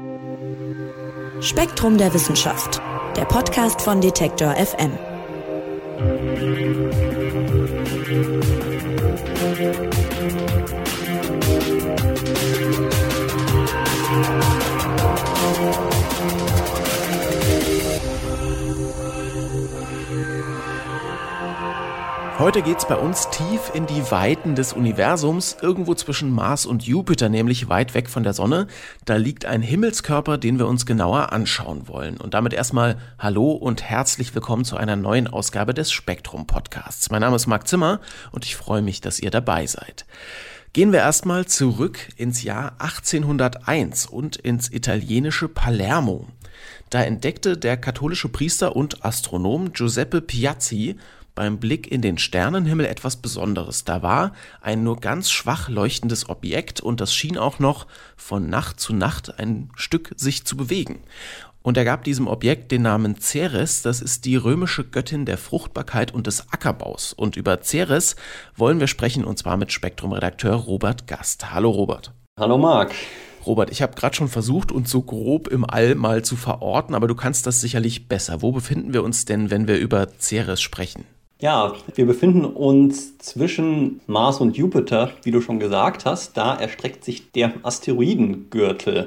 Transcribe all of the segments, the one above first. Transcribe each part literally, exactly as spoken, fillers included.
Spektrum der Wissenschaft, der Podcast von Detektor F M. Heute geht's bei uns tief in die Weiten des Universums, irgendwo zwischen Mars und Jupiter, nämlich weit weg von der Sonne. Da liegt ein Himmelskörper, den wir uns genauer anschauen wollen. Und damit erstmal Hallo und herzlich willkommen zu einer neuen Ausgabe des Spektrum-Podcasts. Mein Name ist Marc Zimmer und ich freue mich, dass ihr dabei seid. Gehen wir erstmal zurück ins Jahr achtzehnhunderteins und ins italienische Palermo. Da entdeckte der katholische Priester und Astronom Giuseppe Piazzi beim Blick in den Sternenhimmel etwas Besonderes. Da war ein nur ganz schwach leuchtendes Objekt und das schien auch noch von Nacht zu Nacht ein Stück sich zu bewegen. Und er gab diesem Objekt den Namen Ceres, das ist die römische Göttin der Fruchtbarkeit und des Ackerbaus. Und über Ceres wollen wir sprechen, und zwar mit Spektrum-Redakteur Robert Gast. Hallo Robert. Hallo Marc. Robert, ich habe gerade schon versucht, uns so grob im All mal zu verorten, aber du kannst das sicherlich besser. Wo befinden wir uns denn, wenn wir über Ceres sprechen? Ja, wir befinden uns zwischen Mars und Jupiter, wie du schon gesagt hast. Da erstreckt sich der Asteroidengürtel.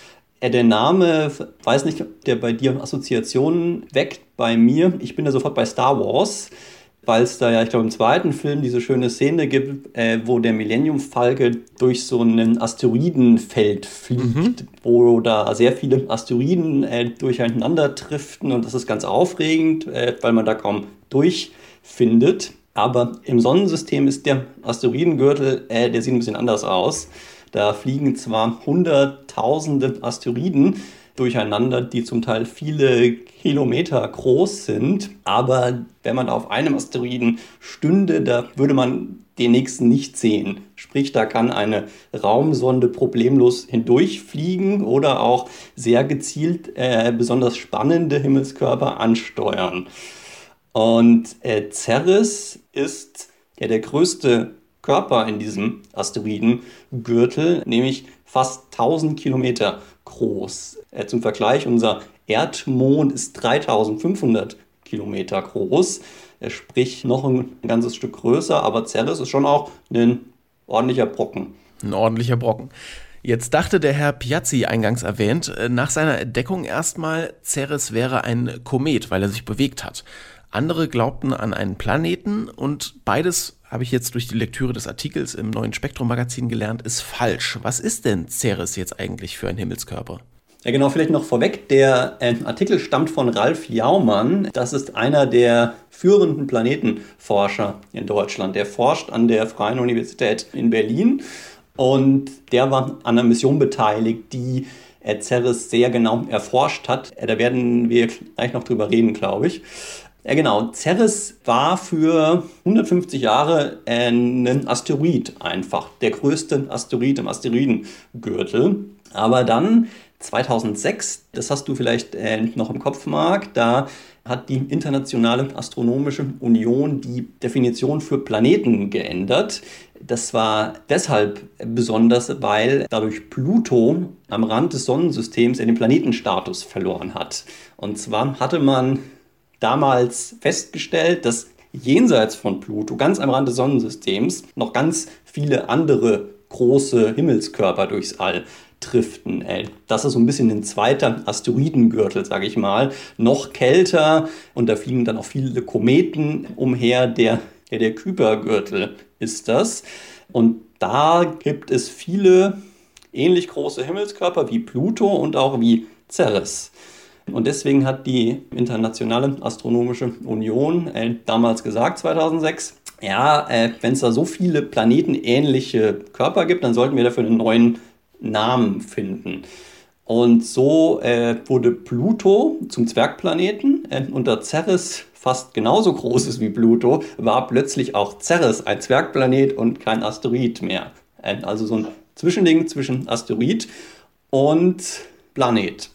Der Name, weiß nicht, ob der bei dir Assoziationen weckt. Bei mir, ich bin da sofort bei Star Wars, weil es da ja, ich glaube, im zweiten Film diese schöne Szene gibt, äh, wo der Millennium Falcon durch so ein Asteroidenfeld fliegt, mhm. wo da sehr viele Asteroiden äh, durcheinander driften, und das ist ganz aufregend, äh, weil man da kaum durchfindet. Aber im Sonnensystem ist der Asteroidengürtel, äh, der sieht ein bisschen anders aus. Da fliegen zwar hunderttausende Asteroiden durcheinander, die zum Teil viele Kilometer groß sind, aber wenn man auf einem Asteroiden stünde, da würde man den nächsten nicht sehen. Sprich, da kann eine Raumsonde problemlos hindurchfliegen oder auch sehr gezielt äh, besonders spannende Himmelskörper ansteuern. Und äh, Ceres ist ja der größte Körper in diesem Asteroidengürtel, nämlich fast tausend Kilometer groß. Äh, zum Vergleich, unser Erdmond ist dreitausendfünfhundert Kilometer groß, äh, sprich noch ein ganzes Stück größer, aber Ceres ist schon auch ein ordentlicher Brocken. Ein ordentlicher Brocken. Jetzt dachte der Herr Piazzi, eingangs erwähnt, nach seiner Entdeckung erstmal, Ceres wäre ein Komet, weil er sich bewegt hat. Andere glaubten an einen Planeten, und beides, habe ich jetzt durch die Lektüre des Artikels im neuen Spektrum-Magazin gelernt, ist falsch. Was ist denn Ceres jetzt eigentlich für ein Himmelskörper? Ja, genau, vielleicht noch vorweg, der äh, Artikel stammt von Ralf Jaumann. Das ist einer der führenden Planetenforscher in Deutschland. Der forscht an der Freien Universität in Berlin, und der war an einer Mission beteiligt, die äh, Ceres sehr genau erforscht hat. Äh, da werden wir gleich noch drüber reden, glaube ich. Ja, genau. Ceres war für hundertfünfzig Jahre ein Asteroid einfach. Der größte Asteroid im Asteroidengürtel. Aber dann zweitausendsechs, das hast du vielleicht äh, noch im Kopf, Marc, da hat die Internationale Astronomische Union die Definition für Planeten geändert. Das war deshalb besonders, weil dadurch Pluto am Rand des Sonnensystems den Planetenstatus verloren hat. Und zwar hatte man damals festgestellt, dass jenseits von Pluto, ganz am Rand des Sonnensystems, noch ganz viele andere große Himmelskörper durchs All driften. Das ist so ein bisschen ein zweiter Asteroidengürtel, sage ich mal. Noch kälter, und da fliegen dann auch viele Kometen umher. Der, der, der Kuipergürtel ist das. Und da gibt es viele ähnlich große Himmelskörper wie Pluto und auch wie Ceres. Und deswegen hat die Internationale Astronomische Union äh, damals gesagt, zweitausendsechs, ja, äh, wenn es da so viele planetenähnliche Körper gibt, dann sollten wir dafür einen neuen Namen finden. Und so äh, wurde Pluto zum Zwergplaneten, äh, und da Ceres fast genauso groß ist wie Pluto, war plötzlich auch Ceres ein Zwergplanet und kein Asteroid mehr. Äh, also so ein Zwischending zwischen Asteroid und Planet.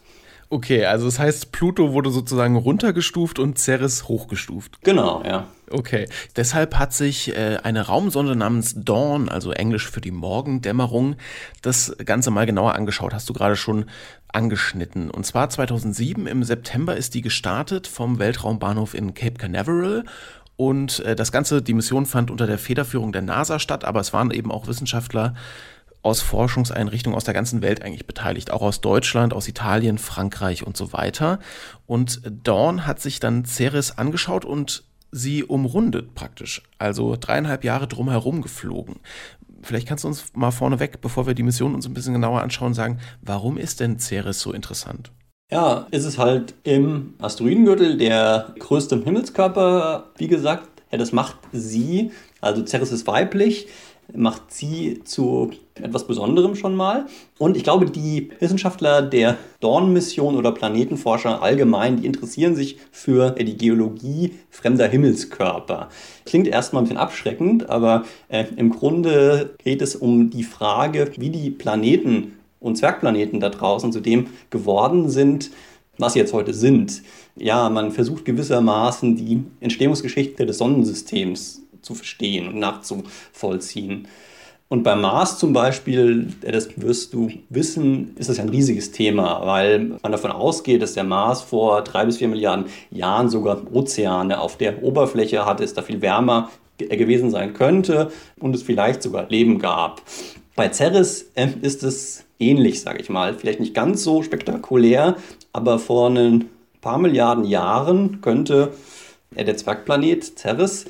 Okay, also das heißt, Pluto wurde sozusagen runtergestuft und Ceres hochgestuft. Genau, ja. Okay, deshalb hat sich äh, eine Raumsonde namens Dawn, also Englisch für die Morgendämmerung, das Ganze mal genauer angeschaut. Hast du gerade schon angeschnitten. Und zwar zweitausendsieben im September ist die gestartet vom Weltraumbahnhof in Cape Canaveral. Und äh, das Ganze, die Mission fand unter der Federführung der NASA statt, aber es waren eben auch Wissenschaftler aus Forschungseinrichtungen aus der ganzen Welt eigentlich beteiligt, auch aus Deutschland, aus Italien, Frankreich und so weiter. Und Dawn hat sich dann Ceres angeschaut und sie umrundet praktisch, also dreieinhalb Jahre drumherum geflogen. Vielleicht kannst du uns mal vorneweg, bevor wir die Mission uns ein bisschen genauer anschauen, sagen, warum ist denn Ceres so interessant? Ja, es ist halt im Asteroidengürtel der größte Himmelskörper, wie gesagt. Ja, das macht sie, also Ceres ist weiblich, macht sie zu etwas Besonderem schon mal. Und ich glaube, die Wissenschaftler der Dawn-Mission oder Planetenforscher allgemein, die interessieren sich für die Geologie fremder Himmelskörper. Klingt erstmal ein bisschen abschreckend, aber äh, im Grunde geht es um die Frage, wie die Planeten und Zwergplaneten da draußen zu dem geworden sind, was sie jetzt heute sind. Ja, man versucht gewissermaßen die Entstehungsgeschichte des Sonnensystems zu verstehen und nachzuvollziehen. Und beim Mars zum Beispiel, das wirst du wissen, ist das ja ein riesiges Thema, weil man davon ausgeht, dass der Mars vor drei bis vier Milliarden Jahren sogar Ozeane auf der Oberfläche hatte, es da viel wärmer gewesen sein könnte und es vielleicht sogar Leben gab. Bei Ceres äh, ist es ähnlich, sage ich mal. Vielleicht nicht ganz so spektakulär, aber vor ein paar Milliarden Jahren könnte äh, der Zwergplanet Ceres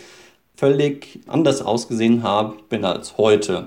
völlig anders ausgesehen haben als heute.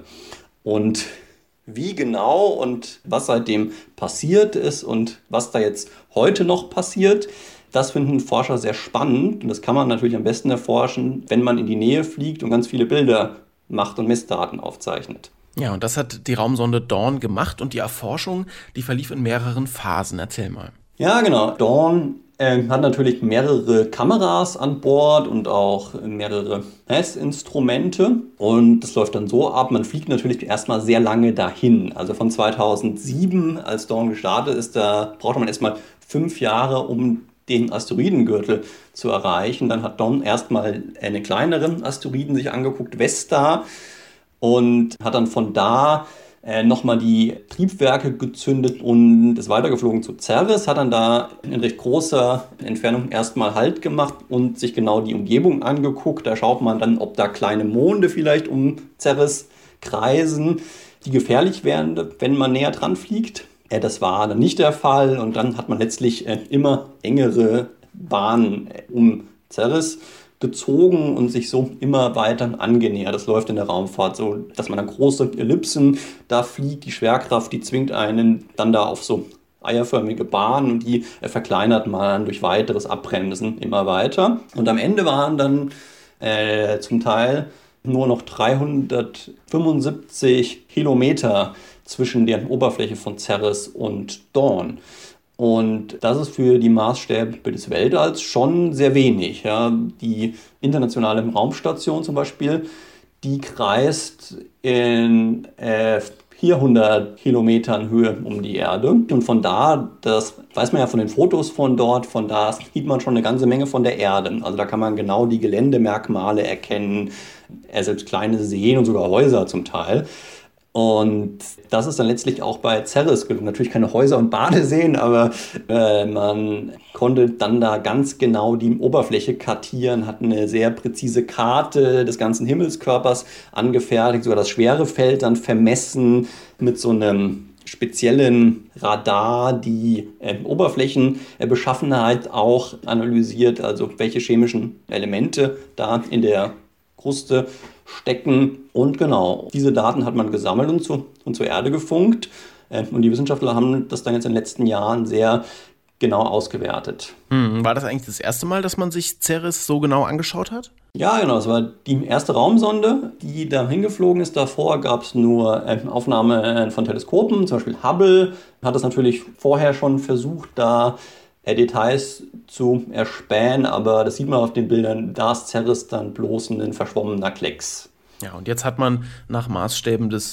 Und wie genau und was seitdem passiert ist und was da jetzt heute noch passiert, das finden Forscher sehr spannend. Und das kann man natürlich am besten erforschen, wenn man in die Nähe fliegt und ganz viele Bilder macht und Messdaten aufzeichnet. Ja, und das hat die Raumsonde Dawn gemacht und die Erforschung, die verlief in mehreren Phasen. Erzähl mal. Ja, genau. Dawn äh, hat natürlich mehrere Kameras an Bord und auch mehrere Messinstrumente. Und das läuft dann so ab, man fliegt natürlich erstmal sehr lange dahin. Also von zweitausendsieben, als Dawn gestartet ist, da brauchte man erstmal fünf Jahre, um den Asteroidengürtel zu erreichen. Dann hat Dawn erstmal eine kleinere Asteroiden sich angeguckt, Vesta, und hat dann von da äh, nochmal die Triebwerke gezündet und ist weitergeflogen zu Ceres, hat dann da in recht großer Entfernung erstmal Halt gemacht und sich genau die Umgebung angeguckt. Da schaut man dann, ob da kleine Monde vielleicht um Ceres kreisen, die gefährlich wären, wenn man näher dran fliegt. Äh, das war dann nicht der Fall und dann hat man letztlich äh, immer engere Bahnen äh, um Ceres gezogen und sich so immer weiter angenähert. Das läuft in der Raumfahrt so, dass man dann große Ellipsen da fliegt. Die Schwerkraft, die zwingt einen dann da auf so eierförmige Bahnen und die äh, verkleinert man durch weiteres Abbremsen immer weiter. Und am Ende waren dann äh, zum Teil nur noch dreihundertfünfundsiebzig Kilometer zwischen der Oberfläche von Ceres und Dawn. Und das ist für die Maßstäbe des Weltalls schon sehr wenig. Ja. Die internationale Raumstation zum Beispiel, die kreist in äh, vierhundert Kilometern Höhe um die Erde. Und von da, das weiß man ja von den Fotos von dort, von da sieht man schon eine ganze Menge von der Erde. Also da kann man genau die Geländemerkmale erkennen, äh, selbst kleine Seen und sogar Häuser zum Teil. Und das ist dann letztlich auch bei Ceres gelungen. Natürlich keine Häuser und Badeseen, aber äh, man konnte dann da ganz genau die Oberfläche kartieren, hat eine sehr präzise Karte des ganzen Himmelskörpers angefertigt, sogar das Schwerefeld dann vermessen mit so einem speziellen Radar, die äh, Oberflächenbeschaffenheit auch analysiert, also welche chemischen Elemente da in der Kruste stecken. Und genau, diese Daten hat man gesammelt und, zu, und zur Erde gefunkt. Äh, und die Wissenschaftler haben das dann jetzt in den letzten Jahren sehr genau ausgewertet. Hm, war das eigentlich das erste Mal, dass man sich Ceres so genau angeschaut hat? Ja, genau. Es war die erste Raumsonde, die da hingeflogen ist. Davor gab es nur äh, Aufnahmen von Teleskopen, zum Beispiel Hubble hat es natürlich vorher schon versucht, da Details zu erspähen, aber das sieht man auf den Bildern, da ist Ceres dann bloß ein verschwommener Klecks. Ja, und jetzt hat man nach Maßstäben des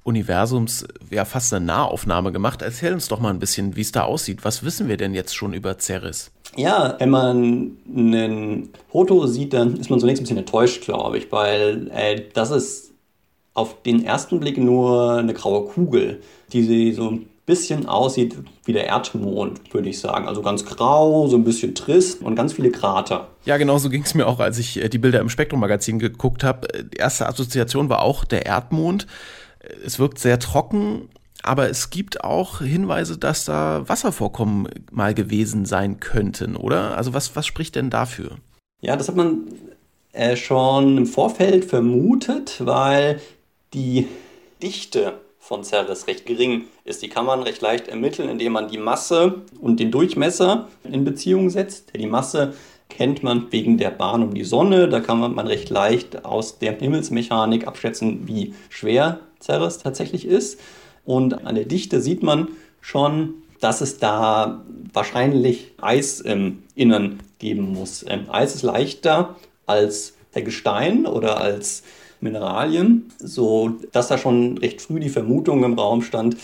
Universums ja fast eine Nahaufnahme gemacht. Erzähl uns doch mal ein bisschen, wie es da aussieht. Was wissen wir denn jetzt schon über Ceres? Ja, wenn man ein Foto sieht, dann ist man zunächst ein bisschen enttäuscht, glaube ich, weil äh, das ist auf den ersten Blick nur eine graue Kugel, die so ein bisschen aussieht wie der Erdmond, würde ich sagen. Also ganz grau, so ein bisschen trist und ganz viele Krater. Ja, genau so ging es mir auch, als ich die Bilder im Spektrum-Magazin geguckt habe. Die erste Assoziation war auch der Erdmond. Es wirkt sehr trocken, aber es gibt auch Hinweise, dass da Wasservorkommen mal gewesen sein könnten, oder? Also was, was spricht denn dafür? Ja, das hat man äh, schon im Vorfeld vermutet, weil die Dichte von Ceres recht gering ist. Die kann man recht leicht ermitteln, indem man die Masse und den Durchmesser in Beziehung setzt. Die Masse kennt man wegen der Bahn um die Sonne. Da kann man recht leicht aus der Himmelsmechanik abschätzen, wie schwer Ceres tatsächlich ist. Und an der Dichte sieht man schon, dass es da wahrscheinlich Eis im Innern geben muss. Ähm, Eis ist leichter als Gestein oder als Mineralien, so dass da schon recht früh die Vermutung im Raum stand,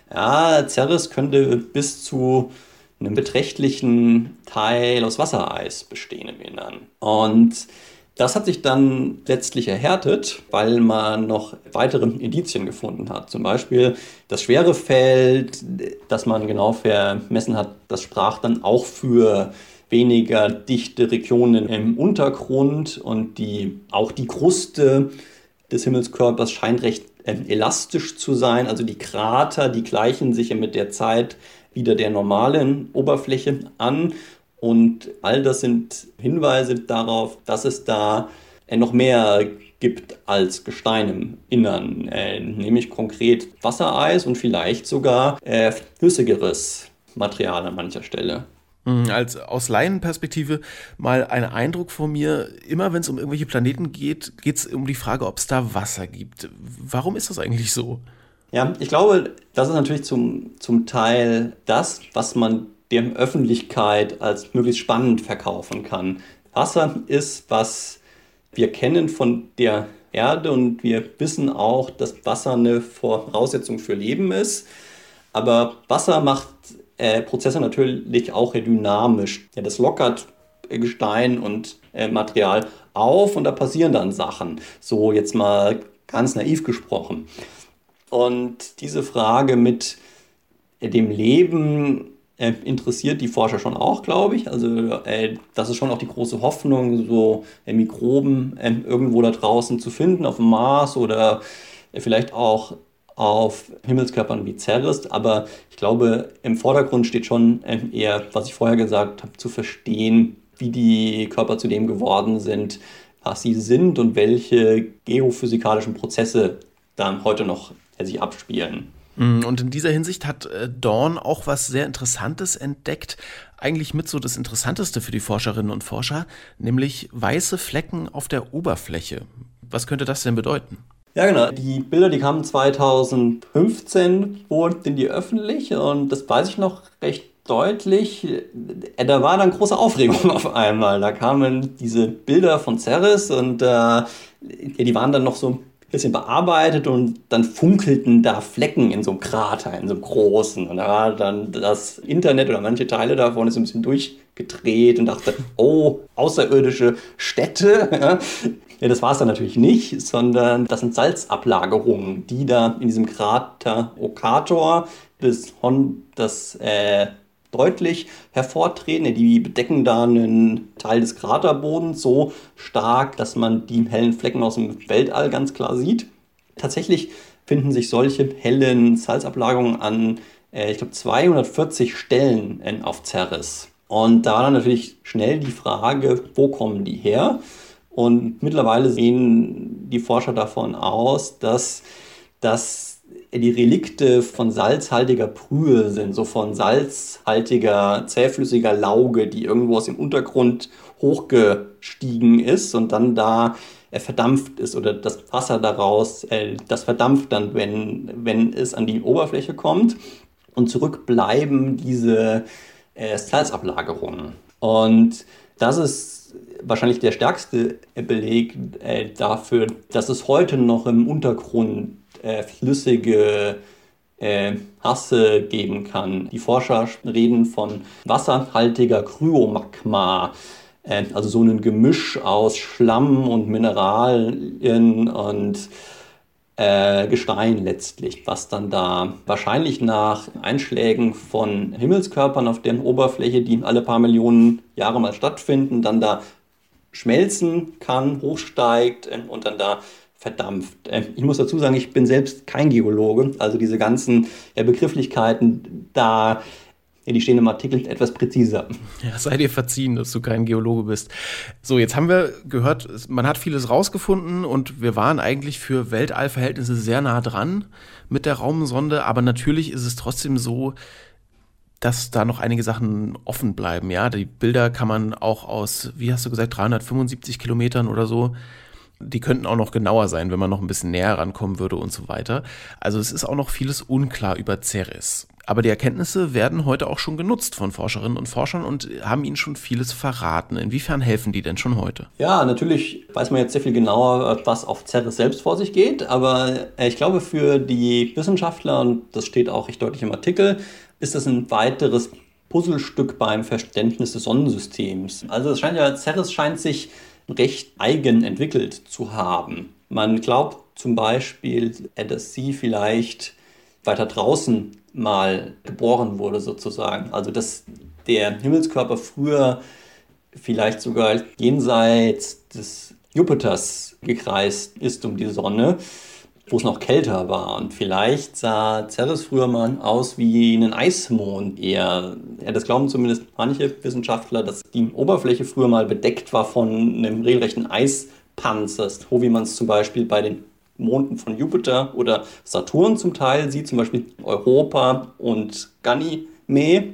ja, Ceres könnte bis zu einem beträchtlichen Teil aus Wassereis bestehen im Innern. Und das hat sich dann letztlich erhärtet, weil man noch weitere Indizien gefunden hat. Zum Beispiel das Schwerefeld, das man genau vermessen hat, das sprach dann auch für weniger dichte Regionen im Untergrund und die, auch die Kruste des Himmelskörpers scheint recht äh, elastisch zu sein. Also die Krater, die gleichen sich ja mit der Zeit wieder der normalen Oberfläche an. Und all das sind Hinweise darauf, dass es da äh, noch mehr gibt als Gestein im Innern, äh, nämlich konkret Wassereis und vielleicht sogar äh, flüssigeres Material an mancher Stelle. Als aus Laienperspektive mal ein Eindruck von mir, immer wenn es um irgendwelche Planeten geht, geht es um die Frage, ob es da Wasser gibt. Warum ist das eigentlich so? Ja, ich glaube, das ist natürlich zum, zum Teil das, was man der Öffentlichkeit als möglichst spannend verkaufen kann. Wasser ist, was wir kennen von der Erde und wir wissen auch, dass Wasser eine Voraussetzung für Leben ist. Aber Wasser macht Äh, Prozesse natürlich auch dynamisch. Ja, das lockert Gestein und äh, Material auf und da passieren dann Sachen. So jetzt mal ganz naiv gesprochen. Und diese Frage mit äh, dem Leben äh, interessiert die Forscher schon auch, glaube ich. Also äh, das ist schon auch die große Hoffnung, so äh, Mikroben äh, irgendwo da draußen zu finden, auf dem Mars oder äh, vielleicht auch auf Himmelskörpern wie Ceres, aber ich glaube, im Vordergrund steht schon eher, was ich vorher gesagt habe, zu verstehen, wie die Körper zu dem geworden sind, was sie sind und welche geophysikalischen Prozesse dann heute noch sich abspielen. Und in dieser Hinsicht hat Dawn auch was sehr Interessantes entdeckt, eigentlich mit so das Interessanteste für die Forscherinnen und Forscher, nämlich weiße Flecken auf der Oberfläche. Was könnte das denn bedeuten? Ja, genau. Die Bilder, die kamen zweitausendfünfzehn, wurden die öffentlich und das weiß ich noch recht deutlich. Da war dann große Aufregung auf einmal. Da kamen diese Bilder von Ceres und äh, die waren dann noch so ein bisschen bearbeitet und dann funkelten da Flecken in so einem Krater, in so einem großen. Und da war dann das Internet oder manche Teile davon ist ein bisschen durchgedreht und dachte, oh, außerirdische Städte. Ja. Ja, das war es dann natürlich nicht, sondern das sind Salzablagerungen, die da in diesem Krater Okator bis Hon das äh, deutlich hervortreten. Die bedecken da einen Teil des Kraterbodens so stark, dass man die hellen Flecken aus dem Weltall ganz klar sieht. Tatsächlich finden sich solche hellen Salzablagerungen an, äh, ich glaube, zweihundertvierzig Stellen äh, auf Ceres. Und da war dann natürlich schnell die Frage, wo kommen die her? Und mittlerweile gehen die Forscher davon aus, dass das die Relikte von salzhaltiger Brühe sind, so von salzhaltiger, zähflüssiger Lauge, die irgendwo aus dem Untergrund hochgestiegen ist und dann da äh, verdampft ist oder das Wasser daraus, äh, das verdampft dann, wenn, wenn es an die Oberfläche kommt. Und zurück bleiben diese äh, Salzablagerungen. Und das ist wahrscheinlich der stärkste Beleg äh, dafür, dass es heute noch im Untergrund äh, flüssige äh, Masse geben kann. Die Forscher reden von wasserhaltiger Kryomagma, äh, also so ein Gemisch aus Schlamm und Mineralien und äh, Gestein letztlich, was dann da wahrscheinlich nach Einschlägen von Himmelskörpern auf deren Oberfläche, die alle paar Millionen Jahre mal stattfinden, dann da schmelzen kann, hochsteigt äh, und dann da verdampft. Äh, ich muss dazu sagen, ich bin selbst kein Geologe, also diese ganzen äh, Begrifflichkeiten, da, ja, die stehen im Artikel etwas präziser. Ja, sei dir verziehen, dass du kein Geologe bist. So, jetzt haben wir gehört, man hat vieles rausgefunden und wir waren eigentlich für Weltallverhältnisse sehr nah dran mit der Raumsonde, aber natürlich ist es trotzdem so, dass da noch einige Sachen offen bleiben. Ja, die Bilder kann man auch aus, wie hast du gesagt, dreihundertfünfundsiebzig Kilometern oder so, die könnten auch noch genauer sein, wenn man noch ein bisschen näher rankommen würde und so weiter. Also es ist auch noch vieles unklar über Ceres. Aber die Erkenntnisse werden heute auch schon genutzt von Forscherinnen und Forschern und haben ihnen schon vieles verraten. Inwiefern helfen die denn schon heute? Ja, natürlich weiß man jetzt sehr viel genauer, was auf Ceres selbst vor sich geht. Aber ich glaube, für die Wissenschaftler, und das steht auch recht deutlich im Artikel, ist das ein weiteres Puzzlestück beim Verständnis des Sonnensystems. Also es scheint ja, Ceres scheint sich recht eigen entwickelt zu haben. Man glaubt zum Beispiel, dass sie vielleicht weiter draußen mal geboren wurde sozusagen. Also dass der Himmelskörper früher vielleicht sogar jenseits des Jupiters gekreist ist um die Sonne, wo es noch kälter war. Und vielleicht sah Ceres früher mal aus wie ein Eismond eher. Ja, das glauben zumindest manche Wissenschaftler, dass die Oberfläche früher mal bedeckt war von einem regelrechten Eispanzer, so wie man es zum Beispiel bei den Monden von Jupiter oder Saturn zum Teil sieht, zum Beispiel Europa und Ganymede.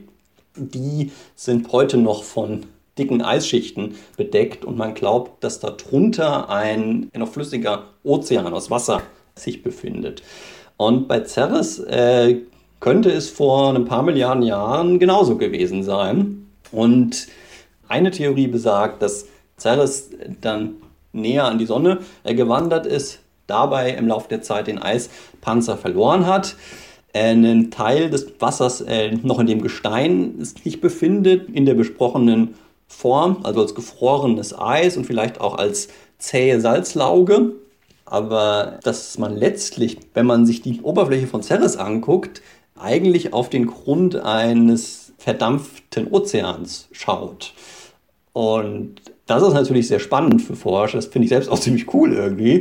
Die sind heute noch von dicken Eisschichten bedeckt und man glaubt, dass darunter ein noch flüssiger Ozean aus Wasser sich befindet. Und bei Ceres äh, könnte es vor ein paar Milliarden Jahren genauso gewesen sein. Und eine Theorie besagt, dass Ceres dann näher an die Sonne äh, gewandert ist, dabei im Laufe der Zeit den Eispanzer verloren hat, äh, einen Teil des Wassers äh, noch in dem Gestein sich befindet, in der besprochenen Form, also als gefrorenes Eis und vielleicht auch als zähe Salzlauge. Aber dass man letztlich, wenn man sich die Oberfläche von Ceres anguckt, eigentlich auf den Grund eines verdampften Ozeans schaut. Und das ist natürlich sehr spannend für Forscher. Das finde ich selbst auch ziemlich cool irgendwie.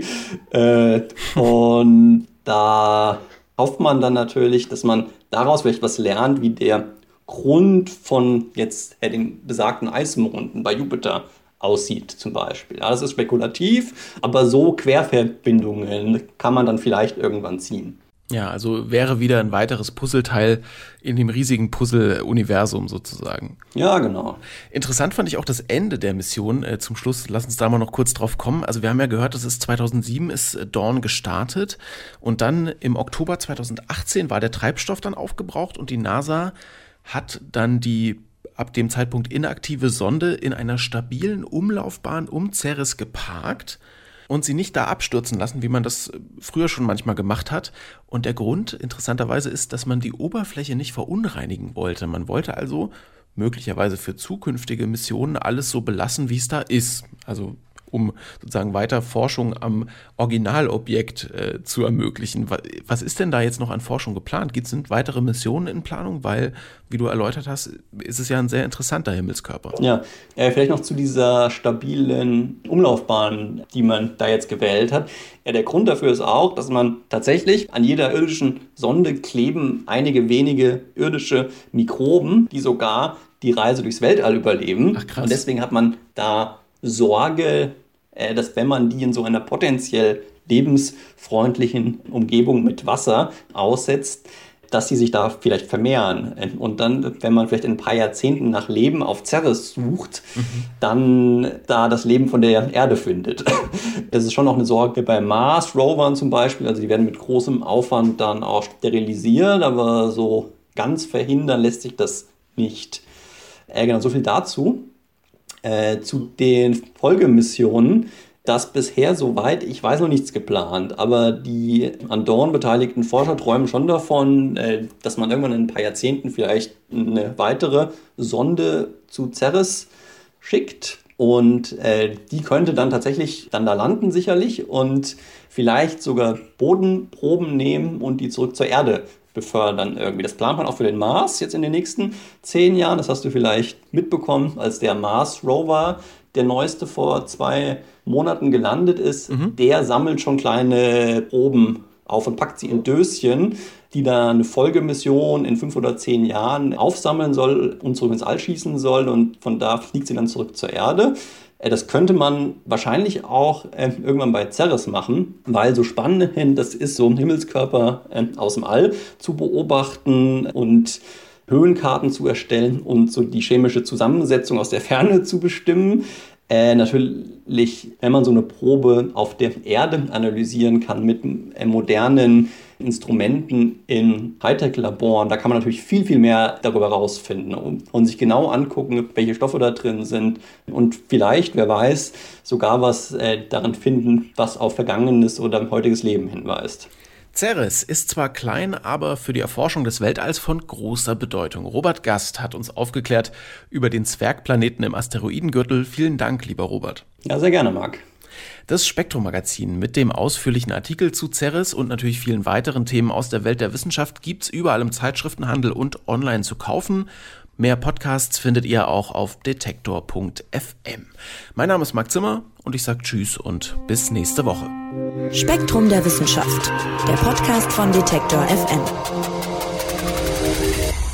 Und da hofft man dann natürlich, dass man daraus vielleicht was lernt, wie der Grund von jetzt den besagten Eismonden bei Jupiter aussieht zum Beispiel. Ja, das ist spekulativ, aber so Querverbindungen kann man dann vielleicht irgendwann ziehen. Ja, also wäre wieder ein weiteres Puzzleteil in dem riesigen Puzzle-Universum sozusagen. Ja, genau. Interessant fand ich auch das Ende der Mission. Äh, zum Schluss, lass uns da mal noch kurz drauf kommen. Also wir haben ja gehört, das ist zweitausendsieben ist Dawn gestartet und dann im Oktober zweitausendachtzehn war der Treibstoff dann aufgebraucht und die NASA hat dann die ab dem Zeitpunkt inaktive Sonde in einer stabilen Umlaufbahn um Ceres geparkt und sie nicht da abstürzen lassen, wie man das früher schon manchmal gemacht hat. Und der Grund, interessanterweise, ist, dass man die Oberfläche nicht verunreinigen wollte. Man wollte also möglicherweise für zukünftige Missionen alles so belassen, wie es da ist. Also um sozusagen weiter Forschung am Originalobjekt äh, zu ermöglichen. Was ist denn da jetzt noch an Forschung geplant? Sind weitere Missionen in Planung? Weil, wie du erläutert hast, ist es ja ein sehr interessanter Himmelskörper. Ja, äh, vielleicht noch zu dieser stabilen Umlaufbahn, die man da jetzt gewählt hat. Ja, der Grund dafür ist auch, dass man tatsächlich an jeder irdischen Sonde kleben einige wenige irdische Mikroben, die sogar die Reise durchs Weltall überleben. Ach, krass. Und deswegen hat man da Sorge, dass wenn man die in so einer potenziell lebensfreundlichen Umgebung mit Wasser aussetzt, dass sie sich da vielleicht vermehren. Und dann, wenn man vielleicht in ein paar Jahrzehnten nach Leben auf Ceres sucht, mhm. dann da das Leben von der Erde findet. Das ist schon noch eine Sorge bei Mars-Rovern zum Beispiel. Also die werden mit großem Aufwand dann auch sterilisiert, aber so ganz verhindern lässt sich das nicht. Äh, genau, so viel dazu. Äh, zu den Folgemissionen dass bisher, soweit ich weiß, noch nichts geplant. Aber die an Dawn beteiligten Forscher träumen schon davon, dass man irgendwann in ein paar Jahrzehnten vielleicht eine weitere Sonde zu Ceres schickt. Und äh, die könnte dann tatsächlich dann da landen sicherlich und vielleicht sogar Bodenproben nehmen und die zurück zur Erde befördern irgendwie. Das plant man auch für den Mars jetzt in den nächsten zehn Jahren. Das hast du vielleicht mitbekommen, als der Mars Rover, der neueste, vor zwei Monaten gelandet ist. Mhm. Der sammelt schon kleine Proben auf und packt sie in Döschen, die dann eine Folgemission in fünf oder zehn Jahren aufsammeln soll und zurück ins All schießen soll. Und von da fliegt sie dann zurück zur Erde. Das könnte man wahrscheinlich auch äh, irgendwann bei Ceres machen, weil so spannend das ist, so einen Himmelskörper äh, aus dem All zu beobachten und Höhenkarten zu erstellen und so die chemische Zusammensetzung aus der Ferne zu bestimmen. Äh, natürlich, wenn man so eine Probe auf der Erde analysieren kann mit äh, modernen Instrumenten in Hightech-Laboren, da kann man natürlich viel, viel mehr darüber rausfinden und, und sich genau angucken, welche Stoffe da drin sind und vielleicht, wer weiß, sogar was äh, darin finden, was auf vergangenes oder heutiges Leben hinweist. Ceres ist zwar klein, aber für die Erforschung des Weltalls von großer Bedeutung. Robert Gast hat uns aufgeklärt über den Zwergplaneten im Asteroidengürtel. Vielen Dank, lieber Robert. Ja, sehr gerne, Marc. Das Spektrum-Magazin mit dem ausführlichen Artikel zu Ceres und natürlich vielen weiteren Themen aus der Welt der Wissenschaft gibt's überall im Zeitschriftenhandel und online zu kaufen. Mehr Podcasts findet ihr auch auf detektor punkt f m. Mein Name ist Marc Zimmer und ich sage Tschüss und bis nächste Woche. Spektrum der Wissenschaft, der Podcast von Detektor F M.